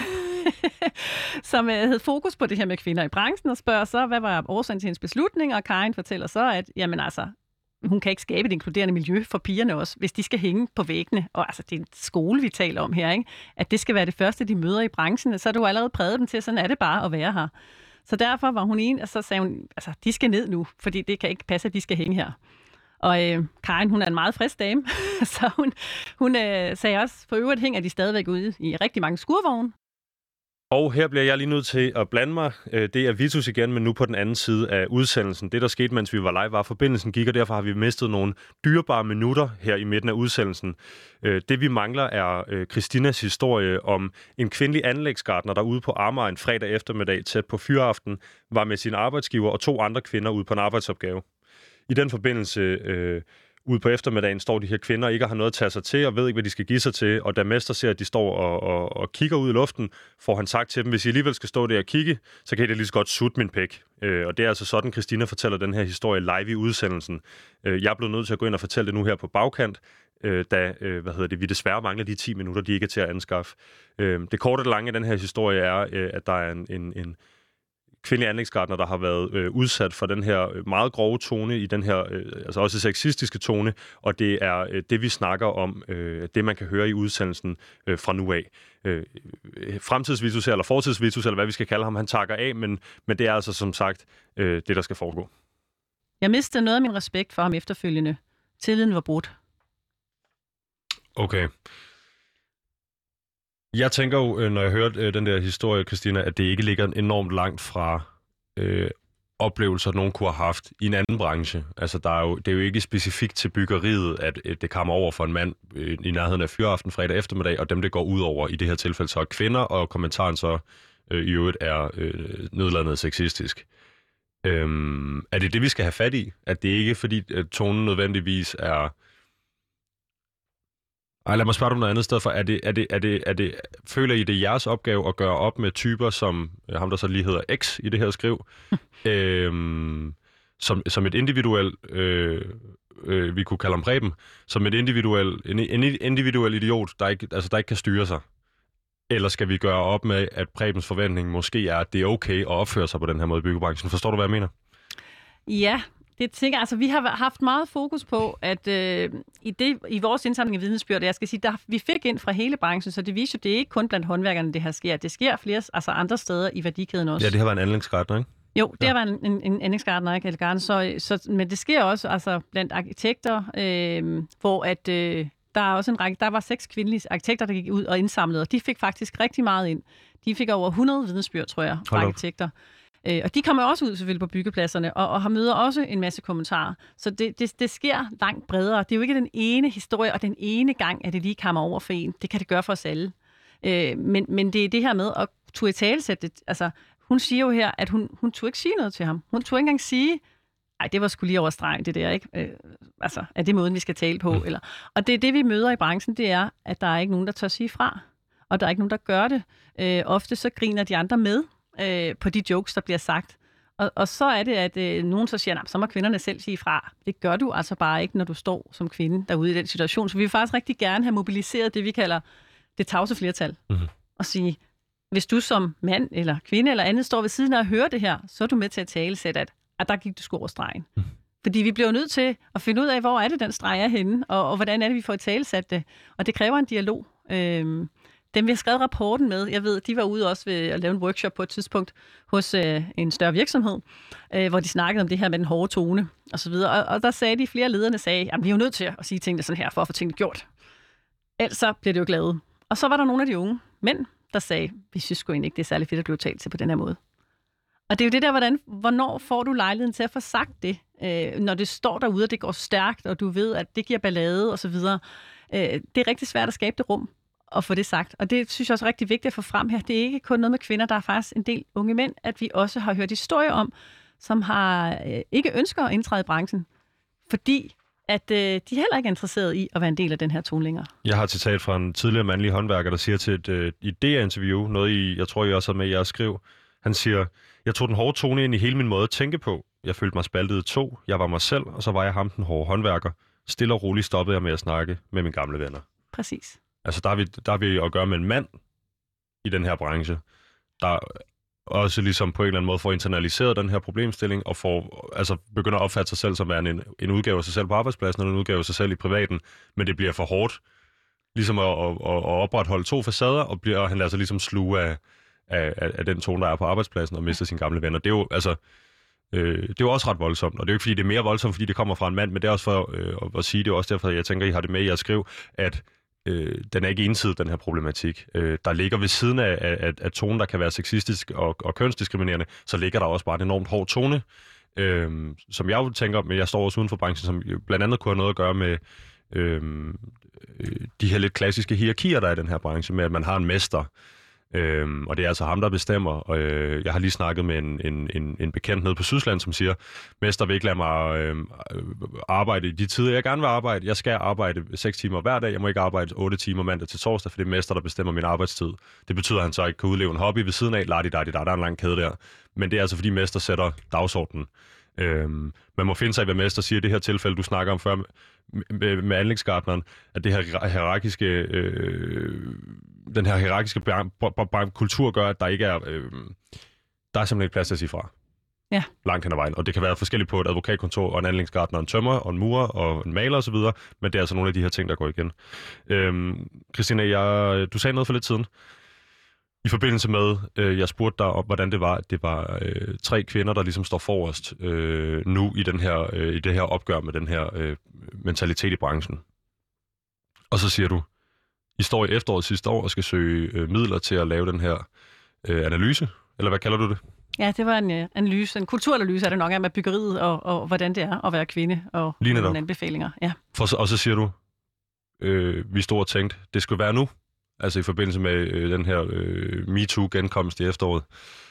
Speaker 13: Som havde fokus på det her med kvinder i branchen, og spørger så, hvad var årsagen til hendes beslutning, og Karin fortæller så, at jamen altså, hun kan ikke skabe et inkluderende miljø for pigerne også, hvis de skal hænge på væggene, og altså, det er en skole, vi taler om her, ikke? At det skal være det første, de møder i branchen, så har du allerede præget dem til, sådan er det bare at være her. Så derfor var hun en, og så sagde hun, altså, de skal ned nu, fordi det kan ikke passe, at de skal hænge her. Og Karin, hun er en meget frisk dame, så hun sagde også, for øvrigt hænger de stadigvæk ude i rigtig mange skurvogne,
Speaker 11: Og her bliver jeg lige nødt til at blande mig. Det er Vitus igen, men nu på den anden side af udsendelsen. Det, der skete, mens vi var live, var, at forbindelsen gik, og derfor har vi mistet nogle dyrebare minutter her i midten af udsendelsen. Det, vi mangler, er Christinas historie om en kvindelig anlægsgartner, der ude på Amager en fredag eftermiddag tæt på fyraften, var med sin arbejdsgiver og 2 andre kvinder ude på en arbejdsopgave. I den forbindelse... Ude på eftermiddagen står de her kvinder ikke har noget at tage sig til, og ved ikke, hvad de skal give sig til. Og da mester ser, at de står og kigger ud i luften, får han sagt til dem, hvis I alligevel skal stå der og kigge, så kan I da lige så godt sutte min pæk. Og det er altså sådan, Christina fortæller den her historie live i udsendelsen. Jeg er blevet nødt til at gå ind og fortælle det nu her på bagkant, da vi desværre mangler de 10 minutter, de ikke er til at anskaffe. Det korte og lange af den her historie er, at der er en kvindelig anlægsgartner, der har været udsat for den her meget grove tone, i den her altså også sexistiske tone, og det er det, vi snakker om, det man kan høre i udsendelsen fra nu af. Fremtidsvitus eller fortidsvitus, eller hvad vi skal kalde ham, han takker af, men det er altså som sagt det, der skal foregå.
Speaker 13: Jeg mistede noget af min respekt for ham efterfølgende. Tilliden var brudt.
Speaker 11: Okay. Jeg tænker jo, når jeg hørte den der historie, Christina, at det ikke ligger enormt langt fra oplevelser, nogen kunne have haft i en anden branche. Altså, det er jo ikke specifikt til byggeriet, at det kommer over for en mand i nærheden af fyraften fredag eftermiddag, og dem, det går ud over i det her tilfælde, så er kvinder, og kommentaren så i øvrigt er nedladende sexistisk. Er det det, vi skal have fat i? At det ikke, fordi at tonen nødvendigvis er... Ej, lad mig spørge dig noget andet sted for. Føler I, det er jeres opgave at gøre op med typer, som ham, der så lige hedder X i det her skriv, som et individuelt, vi kunne kalde ham Preben, som en individuel idiot, der ikke kan styre sig? Eller skal vi gøre op med, at Prebens forventning måske er, at det er okay at opføre sig på den her måde i byggebranchen? Forstår du, hvad jeg mener?
Speaker 13: Ja, det tænker altså, vi har haft meget fokus på, at i vores indsamling af vidnesbyrd, jeg skal sige, vi fik ind fra hele branchen, så det viser jo, det er ikke kun blandt håndværkerne, det her sker. Det sker flere andre steder i værdikæden også.
Speaker 11: Ja, det har været en anlægsgartner, ikke?
Speaker 13: Jo, det har været en anlægsgartner, ikke? Eller garden, men det sker også altså, blandt arkitekter, hvor at, der er også en række, der var 6 kvindelige arkitekter, der gik ud og indsamlede, og de fik faktisk rigtig meget ind. De fik over 100 vidnesbyrd, tror jeg, fra arkitekter. Og de kommer også ud selvfølgelig på byggepladserne, og har møder også en masse kommentarer. Så det sker langt bredere. Det er jo ikke den ene historie, og den ene gang, at det lige kommer over for en. Det kan det gøre for os alle. Men det er det her med at turde italesætte det. Altså, hun siger jo her, at hun turde ikke sige noget til ham. Hun turde ikke engang sige, ej, det var sgu lige over stregen, det der, ikke? Altså, er det måden, vi skal tale på? Eller? Og det er det, vi møder i branchen, det er, at der er ikke nogen, der tør sige fra. Og der er ikke nogen, der gør det. Ofte så griner de andre med på de jokes, der bliver sagt. Og så er det, at nogen så siger, så må kvinderne selv sige fra. Det gør du altså bare ikke, når du står som kvinde derude i den situation. Så vi vil faktisk rigtig gerne have mobiliseret det, vi kalder det tavse flertal. Mm-hmm. Og sige, hvis du som mand eller kvinde eller andet står ved siden af og hører det her, så er du med til at talesætte, at der gik du sgu over stregen. Mm-hmm. Fordi vi bliver nødt til at finde ud af, hvor er det, den streg er henne, og hvordan er det, vi får talesat det. Og det kræver en dialog. Dem, vi har skrevet rapporten med, jeg ved, de var ude også ved at lave en workshop på et tidspunkt hos en større virksomhed, hvor de snakkede om det her med den hårde tone og så videre. Og der sagde flere lederne, at vi er jo nødt til at sige tingene sådan her, for at få tingene gjort. Ellers så bliver det jo glade. Og så var der nogle af de unge mænd, der sagde, vi synes sgu egentlig ikke, det er særlig fedt at blive talt til på den her måde. Og det er jo det der, hvornår får du lejligheden til at få sagt det, når det står derude, og det går stærkt, og du ved, at det giver ballade og så videre. Det er rigtig svært at skabe det rum og få det sagt. Og det synes jeg også er rigtig vigtigt at få frem her. Det er ikke kun noget med kvinder, der er faktisk en del unge mænd, at vi også har hørt historier om, som har ikke ønsker at indtræde i branchen, fordi at de heller ikke er interesseret i at være en del af den her tone længere. Jeg har et citat fra en tidligere mandlig håndværker, der siger til et idéinterview, noget jeg tror, I også har med i jeres skriv. Han siger, jeg tog den hårde tone ind i hele min måde at tænke på. Jeg følte mig spaltet i 2. Jeg var mig selv, og så var jeg ham, den hårde håndværker. Stille og roligt stoppede jeg med at snakke med mine gamle venner. Præcis. Altså, der er vi at gøre med en mand i den her branche, der også ligesom på en eller anden måde får internaliseret den her problemstilling, og begynder at opfatte sig selv som en udgave af sig selv på arbejdspladsen, og en udgave af sig selv i privaten, men det bliver for hårdt ligesom at opretholde 2 facader, og han lader sig ligesom sluge af den tone, der er på arbejdspladsen, og mister sine gamle venner. Det er jo det er jo også ret voldsomt, og det er jo ikke, fordi det er mere voldsomt, fordi det kommer fra en mand, men det er også for at sige, det er også derfor, jeg tænker, I har det med i at skrive, at
Speaker 11: den er ikke ensidig, den her problematik. Der ligger ved siden af tonen, der kan være sexistisk og kønsdiskriminerende, så ligger der også bare en enormt hård tone, som jeg jo tænker, men jeg står også uden for branchen, som blandt andet kunne have noget at gøre med de her lidt klassiske hierarkier, der er i den her branche, med at man har en mester, og det er altså ham, der bestemmer. Og jeg har lige snakket med en bekendt nede på Sydsland, som siger, mester vil ikke lade mig arbejde i de tider, jeg gerne vil arbejde. Jeg skal arbejde 6 timer hver dag. Jeg må ikke arbejde 8 timer mandag til torsdag, for det er mester, der bestemmer min arbejdstid. Det betyder, at han så ikke kan udleve en hobby ved siden af. Der er en lang kæde der. Men det er altså, fordi mester sætter dagsordenen. Man må finde sig i, hvad mester siger i det her tilfælde, du snakker om før med anlægsgartneren, at det her hierarkiske, den her hierarkiske kultur gør, at der ikke er, der er simpelthen ikke plads til at sige fra.
Speaker 13: Ja. Langt
Speaker 11: hen ad vejen. Og det kan være forskelligt på et advokatkontor, og en anlægsgartner, en tømrer, og en murer, og en maler osv., men det er altså nogle af de her ting, der går igen. Christina, du sagde noget for lidt siden, i forbindelse med, jeg spurgte dig om, hvordan det var, at det var 3 kvinder, der ligesom står forrest nu i det her opgør med den her mentalitet i branchen. Og så siger du, I står i efteråret sidste år og skal søge midler til at lave den her analyse, eller hvad kalder du det?
Speaker 13: Ja, det var en analyse, en kulturanalyse er det nok af med byggeriet og hvordan det er at være kvinde og nogle anbefalinger. Ja. Og
Speaker 11: så siger du, vi stod og tænkte, det skulle være nu. Altså i forbindelse med den her MeToo-genkomst i efteråret.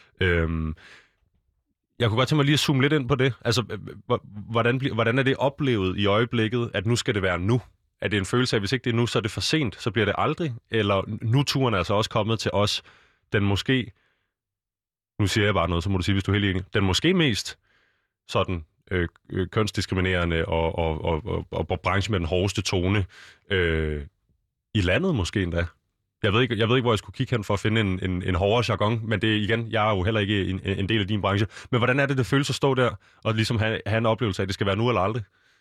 Speaker 11: Jeg kunne godt tænke mig lige at zoome lidt ind på det. Altså, hvordan er det oplevet i øjeblikket, at nu skal det være nu? Er det en følelse af, at hvis ikke det er nu, så er det for sent, så bliver det aldrig? Eller nu turen er altså også kommet til os, den måske, nu siger jeg bare noget, så må du sige, hvis du er helt enig, den måske mest sådan kønsdiskriminerende og branchen med den hårdeste tone i landet måske endda. Jeg ved ikke, hvor jeg skulle kigge hen for at finde en hårdere jargon, men det igen, jeg er jo heller ikke en del af din branche. Men hvordan er det føles at stå der og ligesom have en oplevelse af, at det skal være nu eller aldrig?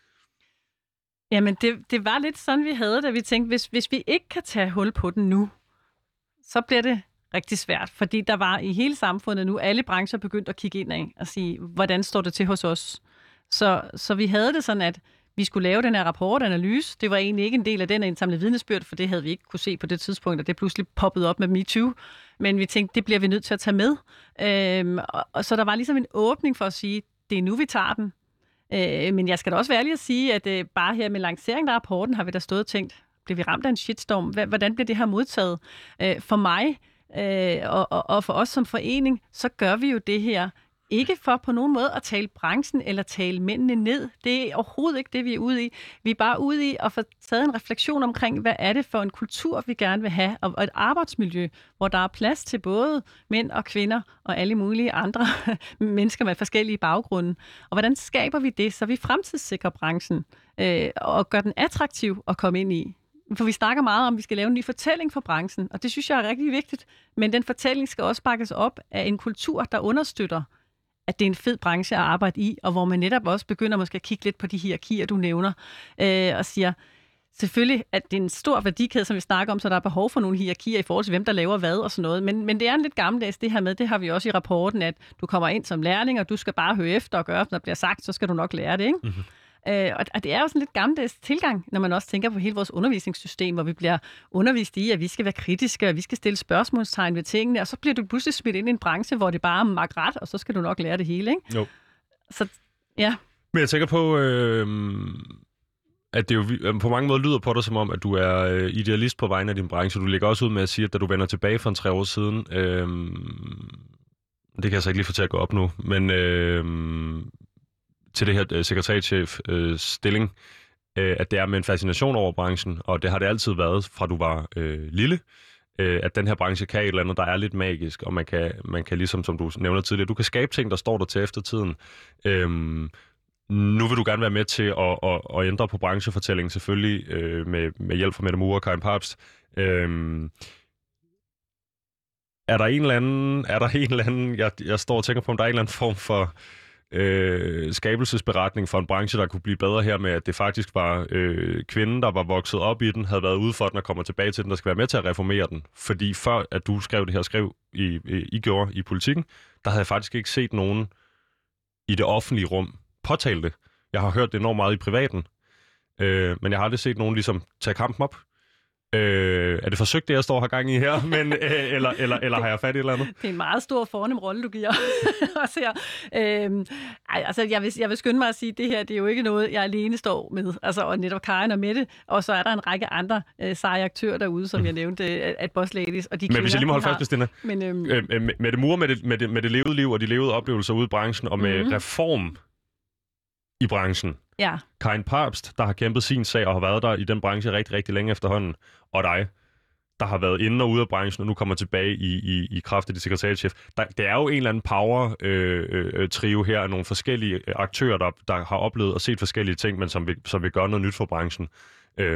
Speaker 13: Jamen, det var lidt sådan, vi havde det. Vi tænkte, hvis vi ikke kan tage hul på den nu, så bliver det rigtig svært. Fordi der var i hele samfundet nu, alle brancher begyndt at kigge ind af og sige, hvordan står det til hos os? Så vi havde det sådan, at vi skulle lave den her rapportanalyse. Det var egentlig ikke en del af den indsamlede vidnesbyrd, for det havde vi ikke kunne se på det tidspunkt, og det pludselig poppede op med MeToo. Men vi tænkte, det bliver vi nødt til at tage med. Og så der var ligesom en åbning for at sige, det er nu, vi tager den. Men jeg skal da også være ærlig at sige, at bare her med lanceringen af rapporten, har vi da stået og tænkt, bliver vi ramt af en shitstorm? Hvordan bliver det her modtaget? For mig og for os som forening, så gør vi jo det her, ikke for på nogen måde at tale branchen eller tale mændene ned. Det er overhovedet ikke det, vi er ude i. Vi er bare ude i at få taget en refleksion omkring, hvad er det for en kultur, vi gerne vil have, og et arbejdsmiljø, hvor der er plads til både mænd og kvinder og alle mulige andre mennesker med forskellige baggrunde. Og hvordan skaber vi det, så vi fremtidssikrer branchen og gør den attraktiv at komme ind i? For vi snakker meget om, at vi skal lave en ny fortælling for branchen, og det synes jeg er rigtig vigtigt. Men den fortælling skal også bakkes op af en kultur, der understøtter, at det er en fed branche at arbejde i, og hvor man netop også begynder måske at kigge lidt på de hierarkier, du nævner, og siger, selvfølgelig, at det er en stor værdikæde, som vi snakker om, så der er behov for nogle hierarkier i forhold til, hvem der laver hvad og sådan noget. Men det er en lidt gammeldags, det her med, det har vi også i rapporten, at du kommer ind som lærling, og du skal bare høre efter og gøre, når der bliver sagt, så skal du nok lære det, ikke? Mm-hmm. Og det er jo sådan lidt gammeldags tilgang, når man også tænker på hele vores undervisningssystem, hvor vi bliver undervist i, at vi skal være kritiske, og vi skal stille spørgsmålstegn ved tingene, og så bliver du pludselig smidt ind i en branche, hvor det bare er magret, og så skal du nok lære det hele, ikke?
Speaker 11: Jo.
Speaker 13: Så, ja.
Speaker 11: Men jeg tænker på, at det jo på mange måder lyder på dig som om, at du er idealist på vegne af din branche. Du lægger også ud med at sige, at da du vender tilbage for 3 år siden, det kan jeg så ikke lige få til at gå op nu, men til det her sekretariatschef stilling, at det er med en fascination over branchen, og det har det altid været, fra du var lille, at den her branche kan et eller andet, der er lidt magisk, og man kan ligesom, som du nævner tidligere, du kan skabe ting, der står der til eftertiden. Nu vil du gerne være med til at ændre på branchefortællingen, selvfølgelig med hjælp fra Mette Mure og Karin Papst. Er der en eller anden, jeg står og tænker på, om der er en eller anden form for skabelsesberetning for en branche, der kunne blive bedre her med, at det faktisk var kvinden, der var vokset op i den, havde været ude for den og kommer tilbage til den, der skal være med til at reformere den. Fordi før, at du skrev det her, I gjorde i Politikken, der havde jeg faktisk ikke set nogen i det offentlige rum påtale det. Jeg har hørt det enormt meget i privaten, men jeg har aldrig set nogen ligesom tage kampen op. Er det forsøgt, det jeg står og har gang i her, men, eller har jeg fat i et eller andet?
Speaker 13: Det er en meget stor fornem rolle, du giver os her. Jeg vil skynde mig at sige, at det her det er jo ikke noget, jeg alene står med. Altså, og netop Karin og Mette, og så er der en række andre seje aktører derude, som jeg nævnte, at Boss Ladies og de kvinder,
Speaker 11: men hvis jeg lige må holde fast, Christina. Mette Mure med det levede liv og de levede oplevelser ude i branchen, og med reform i branchen.
Speaker 13: Ja.
Speaker 11: Karin Papst, der har kæmpet sin sag og har været der i den branche rigtig, rigtig længe efterhånden. Og dig, der har været inde og ude af branchen, og nu kommer tilbage i kraft af det sekretariatschef. Det er jo en eller anden power-trio her af nogle forskellige aktører, der har oplevet og set forskellige ting, men som vil gøre noget nyt for branchen.
Speaker 13: Det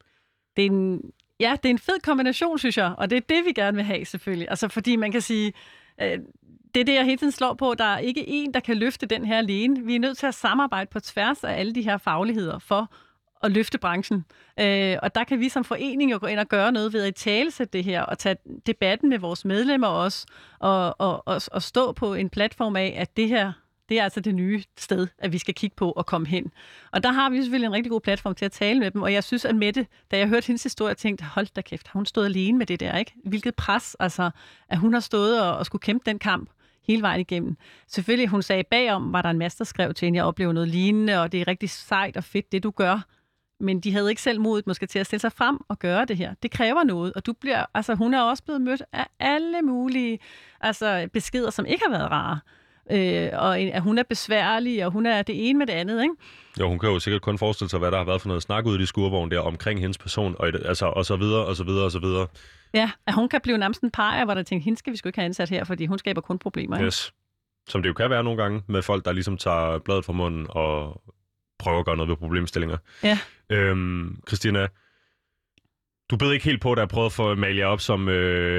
Speaker 13: er en fed kombination, synes jeg, og det er det, vi gerne vil have, selvfølgelig. Altså, fordi man kan sige... Det er det, jeg hele tiden slår på. Der er ikke en, der kan løfte den her alene. Vi er nødt til at samarbejde på tværs af alle de her fagligheder for at løfte branchen. Og der kan vi som forening jo gå ind og gøre noget ved at italesætte det her, og tage debatten med vores medlemmer også, og stå på en platform af, at det her, det er altså det nye sted, at vi skal kigge på og komme hen. Og der har vi selvfølgelig en rigtig god platform til at tale med dem, og jeg synes, at Mette, da jeg hørte hendes historie, tænkte, hold da kæft, har hun stået alene med det der, ikke? Hvilket pres, altså, at hun har stået og skulle kæmpe den kamp hele vejen igennem. Selvfølgelig, hun sagde bagom, var der en masse, der skrev til hende, jeg oplever noget lignende, og det er rigtig sejt og fedt, det du gør. Men de havde ikke selv modet måske til at stille sig frem og gøre det her. Det kræver noget, og hun er også blevet mødt af alle mulige beskeder, som ikke har været rare. Og at hun er besværlig, og hun er det ene med det andet, ikke?
Speaker 11: Jo, hun kan jo sikkert kun forestille sig, hvad der har været for noget snak ude i de skurvogn der omkring hendes person, og så videre, og så videre, og så videre.
Speaker 13: Ja, at hun kan blive nærmest en par, hvor der tænker, hende skal vi sgu ikke have ansat her, fordi hun skaber kun problemer. Ikke?
Speaker 11: Yes. Som det jo kan være nogle gange, med folk, der ligesom tager bladet fra munden og prøver at gøre noget ved problemstillinger.
Speaker 13: Ja.
Speaker 11: Christina, du bed ikke helt på, da jeg prøvede at få Amalia op som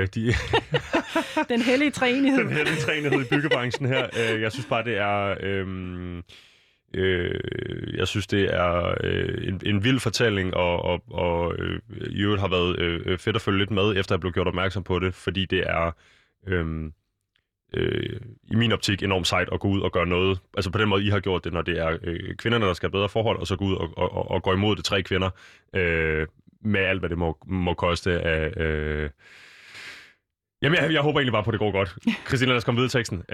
Speaker 13: Den hellige træenighed.
Speaker 11: Den hellige træenighed i byggebranchen her. Jeg synes bare, det er... jeg synes, det er en vild fortælling, og i øvrigt har været fedt at følge lidt med, efter jeg blev gjort opmærksom på det, fordi det er i min optik enormt sejt at gå ud og gøre noget. Altså på den måde, I har gjort det, når det er kvinderne, der skal have bedre forhold, og så gå ud og gå imod det 3 kvinder, med alt, hvad det må koste af... Jamen, jeg håber egentlig bare på, at det går godt. Christina, lad os komme videre i teksten.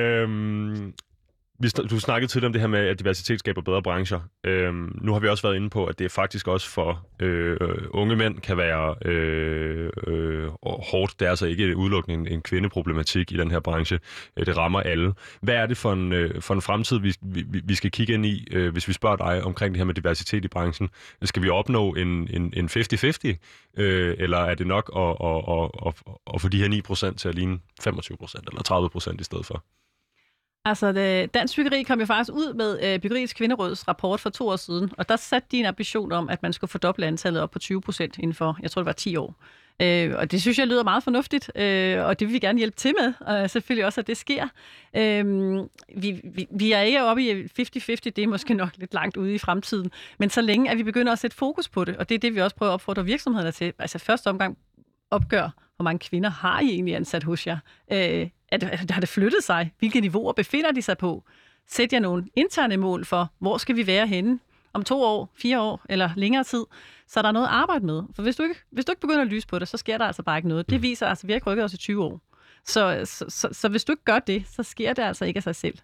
Speaker 11: Du snakkede tidligere om det her med, at diversitet skaber bedre brancher. Nu har vi også været inde på, at det faktisk også for unge mænd kan være hårdt. Det er altså ikke udelukkende en kvindeproblematik i den her branche. Det rammer alle. Hvad er det for en fremtid, vi skal kigge ind i, hvis vi spørger dig omkring det her med diversitet i branchen? Skal vi opnå en 50-50? Eller er det nok at få de her 9% til at ligne 25% eller 30% i stedet for?
Speaker 13: Altså, Dansk Byggeri kom jo faktisk ud med Byggeriets Kvinderåds rapport for 2 år siden, og der satte de en ambition om, at man skulle fordoble antallet op på 20% inden for, jeg tror det var 10 år. Og det synes jeg lyder meget fornuftigt, og det vil vi gerne hjælpe til med, og selvfølgelig også, at det sker. Vi er ikke oppe i 50-50, det er måske nok lidt langt ude i fremtiden, men så længe, at vi begynder at sætte fokus på det, og det er det, vi også prøver at opfordre virksomhederne til. Altså første omgang opgør, hvor mange kvinder har I egentlig ansat hos jer? Har det flyttet sig? Hvilke niveauer befinder de sig på? Sæt jer nogle interne mål for, hvor skal vi være henne? Om 2 år, 4 år eller længere tid, så er der noget at arbejde med. For hvis du ikke begynder at lyse på det, så sker der altså bare ikke noget. Det viser altså, at vi har ikke rykket os i 20 år. Så hvis du ikke gør det, så sker det altså ikke af sig selv.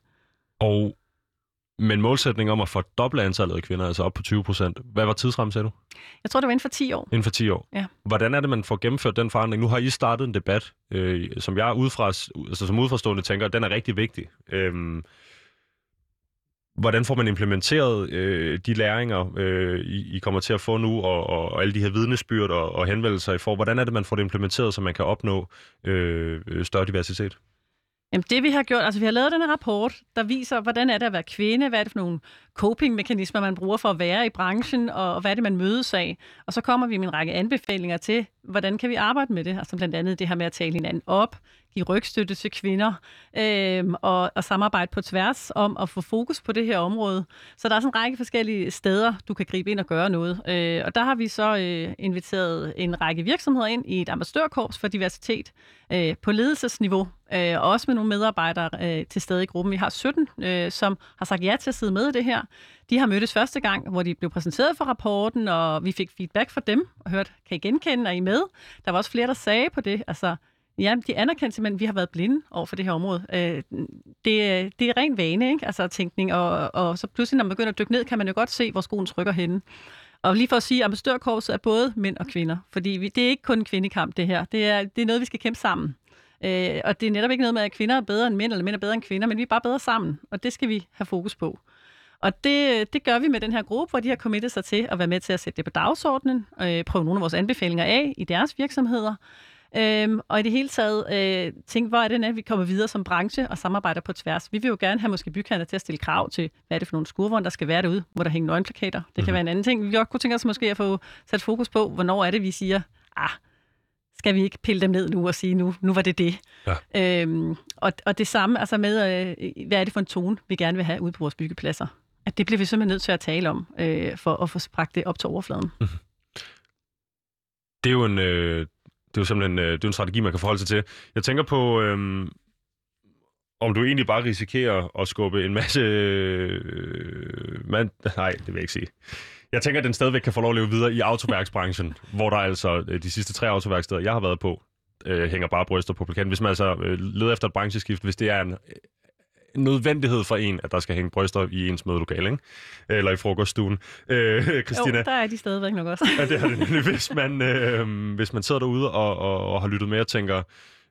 Speaker 11: Men målsætningen om at fordoble antallet af kvinder, altså op på 20%. Hvad var tidsrammen, sagde du?
Speaker 13: Jeg tror, det var inden for 10 år.
Speaker 11: Inden for 10 år?
Speaker 13: Ja.
Speaker 11: Hvordan er det, man får gennemført den forandring? Nu har I startet en debat, som jeg som udefrastående tænker, den er rigtig vigtig. Hvordan får man implementeret de læringer, I kommer til at få nu, og alle de her vidnesbyrd og henvendelser I får? Hvordan er det, man får det implementeret, så man kan opnå større diversitet?
Speaker 13: Jamen det vi har gjort, altså vi har lavet den her rapport, der viser, hvordan er det at være kvinde, hvad er det for nogle coping-mekanismer, man bruger for at være i branchen, og hvad er det, man mødes af. Og så kommer vi med en række anbefalinger til, hvordan kan vi arbejde med det, altså blandt andet det her med at tale hinanden op, give rygstøtte til kvinder og samarbejde på tværs om at få fokus på det her område. Så der er sådan en række forskellige steder, du kan gribe ind og gøre noget. Og der har vi så inviteret en række virksomheder ind i et ambassadørkorps for diversitet på ledelsesniveau, og også med nogle medarbejdere til stede i gruppen. Vi har 17, som har sagt ja til at sidde med i det her. De har mødtes første gang, hvor de blev præsenteret for rapporten, og vi fik feedback fra dem og hørte, kan I genkende, er I med? Der var også flere, der sagde på det. Altså, ja, de anerkendte simpelthen, at vi har været blinde over for det her område. Det er ren vane, ikke? Altså tænkning, og så pludselig, når man begynder at dykke ned, kan man jo godt se, hvor skoen trykker henne. Og lige for at sige, at ambassadørkorpset er både mænd og kvinder, fordi det er ikke kun en kvindekamp, det her. Det er noget, vi skal kæmpe sammen. Og det er netop ikke noget med, at kvinder er bedre end mænd, eller mænd er bedre end kvinder, men vi er bare bedre sammen, og det skal vi have fokus på. Og det gør vi med den her gruppe, hvor de har committet sig til at være med til at sætte det på dagsordenen, prøve nogle af vores anbefalinger af i deres virksomheder, og i det hele taget tænke, hvor er det, at vi kommer videre som branche og samarbejder på tværs. Vi vil jo gerne have måske bygherrer til at stille krav til, hvad er det for nogle skurvogne, der skal være derude, hvor der hænger nøgenplakater. Det kan være en anden ting. Vi godt kunne tænke os måske at få sat fokus på, hvornår er det, vi siger, skal vi ikke pille dem ned nu og sige, nu var det det. Ja. Og det samme altså med, hvad er det for en tone, vi gerne vil have ude på vores byggepladser. At det bliver vi simpelthen nødt til at tale om, for at få bragt det op til overfladen.
Speaker 11: Det er jo simpelthen det er en strategi, man kan forholde sig til. Jeg tænker på, om du egentlig bare risikerer at skubbe en masse... Nej, det vil jeg ikke sige. Jeg tænker, at den stadigvæk kan få lov at leve videre i autoværksbranchen, hvor der altså de sidste 3 autoværksteder, jeg har været på, hænger bare bryster på plakaten. Hvis man altså leder efter et brancheskift, hvis det er en nødvendighed for en, at der skal hænge bryster i ens mødelokale, ikke? Eller i frokoststuen. Christina,
Speaker 13: jo, der er de stadigvæk nok også.
Speaker 11: Ja, det har det nemlig. Hvis man sidder derude og har lyttet med og tænker,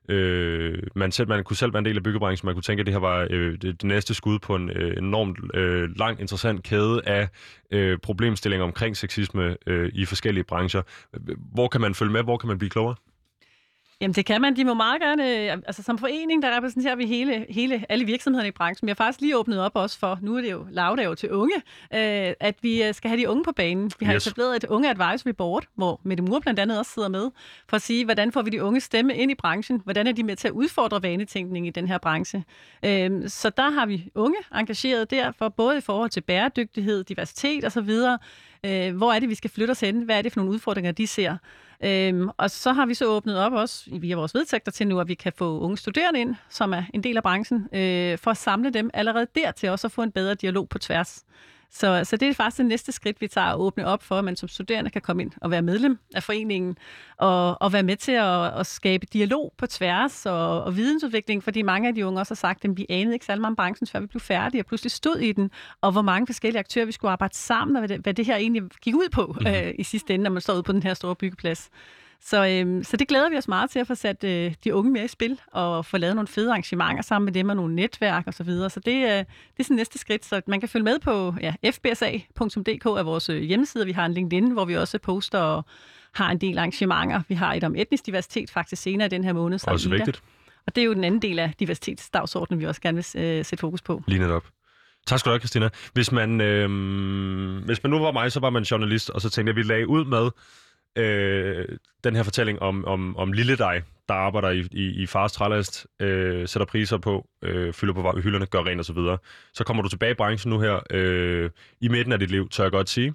Speaker 11: man kunne selv være en del af byggebranchen, man kunne tænke, at det her var det næste skud på en enormt lang, interessant kæde af problemstillinger omkring sexisme i forskellige brancher. Hvor kan man følge med? Hvor kan man blive klogere?
Speaker 13: Jamen det kan man. De må meget gerne, altså som forening, der repræsenterer vi alle virksomhederne i branchen. Vi har faktisk lige åbnet op også for, nu er det jo lavdag til unge, at vi skal have de unge på banen. Vi har etableret et unge advisory board, hvor Mette Mure blandt andet også sidder med, for at sige, hvordan får vi de unge stemme ind i branchen? Hvordan er de med til at udfordre vanetænkning i den her branche? Så der har vi unge engageret derfor, både i forhold til bæredygtighed, diversitet osv. Hvor er det, vi skal flytte os hen? Hvad er det for nogle udfordringer, de ser? Og så har vi så åbnet op også via vores vedtægter til nu, at vi kan få unge studerende ind, som er en del af branchen, for at samle dem allerede dertil også at få en bedre dialog på tværs. Så det er faktisk det næste skridt, vi tager at åbne op for, at man som studerende kan komme ind og være medlem af foreningen og være med til at skabe dialog på tværs og vidensudvikling, fordi mange af de unge også har sagt, at vi anede ikke særlig meget om branchen, før vi blev færdige og pludselig stod i den, og hvor mange forskellige aktører vi skulle arbejde sammen, og hvad det her egentlig gik ud på i sidste ende, når man står ude på den her store byggeplads. Så det glæder vi os meget til at få sat de unge med i spil og få lavet nogle fede arrangementer sammen med dem og nogle netværk og så videre. Så det er sådan næste skridt, så man kan følge med på fbsa.dk af vores hjemmeside. Vi har en LinkedIn, hvor vi også poster og har en del arrangementer. Vi har et om etnisk diversitet faktisk senere i den her måned.
Speaker 11: Også vigtigt.
Speaker 13: Og det er jo den anden del af diversitetsdagsordenen, vi også gerne vil sætte fokus på.
Speaker 11: Lige netop. Tak skal du have, Christina. Hvis man nu var mig, så var man journalist, og så tænkte jeg, at vi lagde ud med den her fortælling om lille dig, der arbejder i fars trælast, sætter priser på, fylder på hylderne, gør rent og så videre. Så kommer du tilbage i branchen nu her, i midten af dit liv, tør jeg godt sige,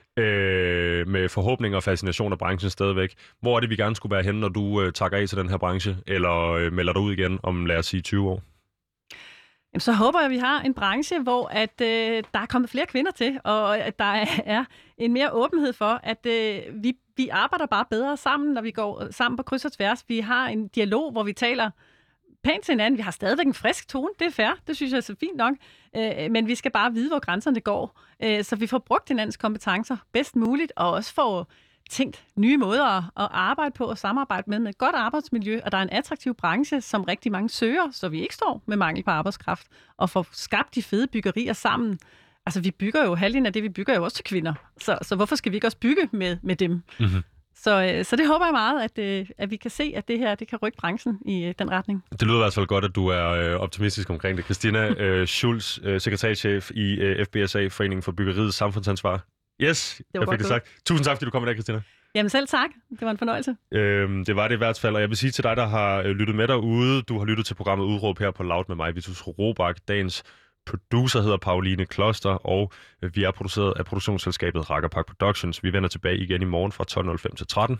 Speaker 11: med forhåbninger og fascination af branchen stadigvæk. Hvor er det, vi gerne skulle være henne, når du takker af til den her branche, eller melder dig ud igen om, lad os sige, 20 år?
Speaker 13: Jamen, så håber jeg, at vi har en branche, hvor at, der er kommet flere kvinder til, og at der er en mere åbenhed for, at vi arbejder bare bedre sammen, når vi går sammen på kryds og tværs. Vi har en dialog, hvor vi taler pænt til hinanden. Vi har stadigvæk en frisk tone, det er fair, det synes jeg er så fint nok. Men vi skal bare vide, hvor grænserne går, så vi får brugt hinandens kompetencer bedst muligt, og også får tænkt nye måder at arbejde på og samarbejde med et godt arbejdsmiljø, og der er en attraktiv branche, som rigtig mange søger, så vi ikke står med mangel på arbejdskraft, og får skabt de fede byggerier sammen. Altså, vi bygger jo halvdelen af det, vi bygger jo også til kvinder. Så hvorfor skal vi ikke også bygge med dem? Mm-hmm. Så det håber jeg meget, at vi kan se, at det her det kan rykke branchen i den retning. Det
Speaker 11: lyder i hvert fald godt, at du er optimistisk omkring det. Christina Schulz, sekretærchef i FBSA, Foreningen for Byggeriets Samfundsansvar. Yes, jeg fik det sagt. Tusind tak, fordi du kom i dag, Christina.
Speaker 13: Jamen selv tak. Det var en fornøjelse.
Speaker 11: Det var det i hvert fald, og jeg vil sige til dig, der har lyttet med derude, du har lyttet til programmet Udråb her på Loud med mig, Vitus Robak. Dagens producer hedder Pauline Kloster, og vi er produceret af produktionsselskabet Rakkerpark Productions. Vi vender tilbage igen i morgen fra 12.05 til 13.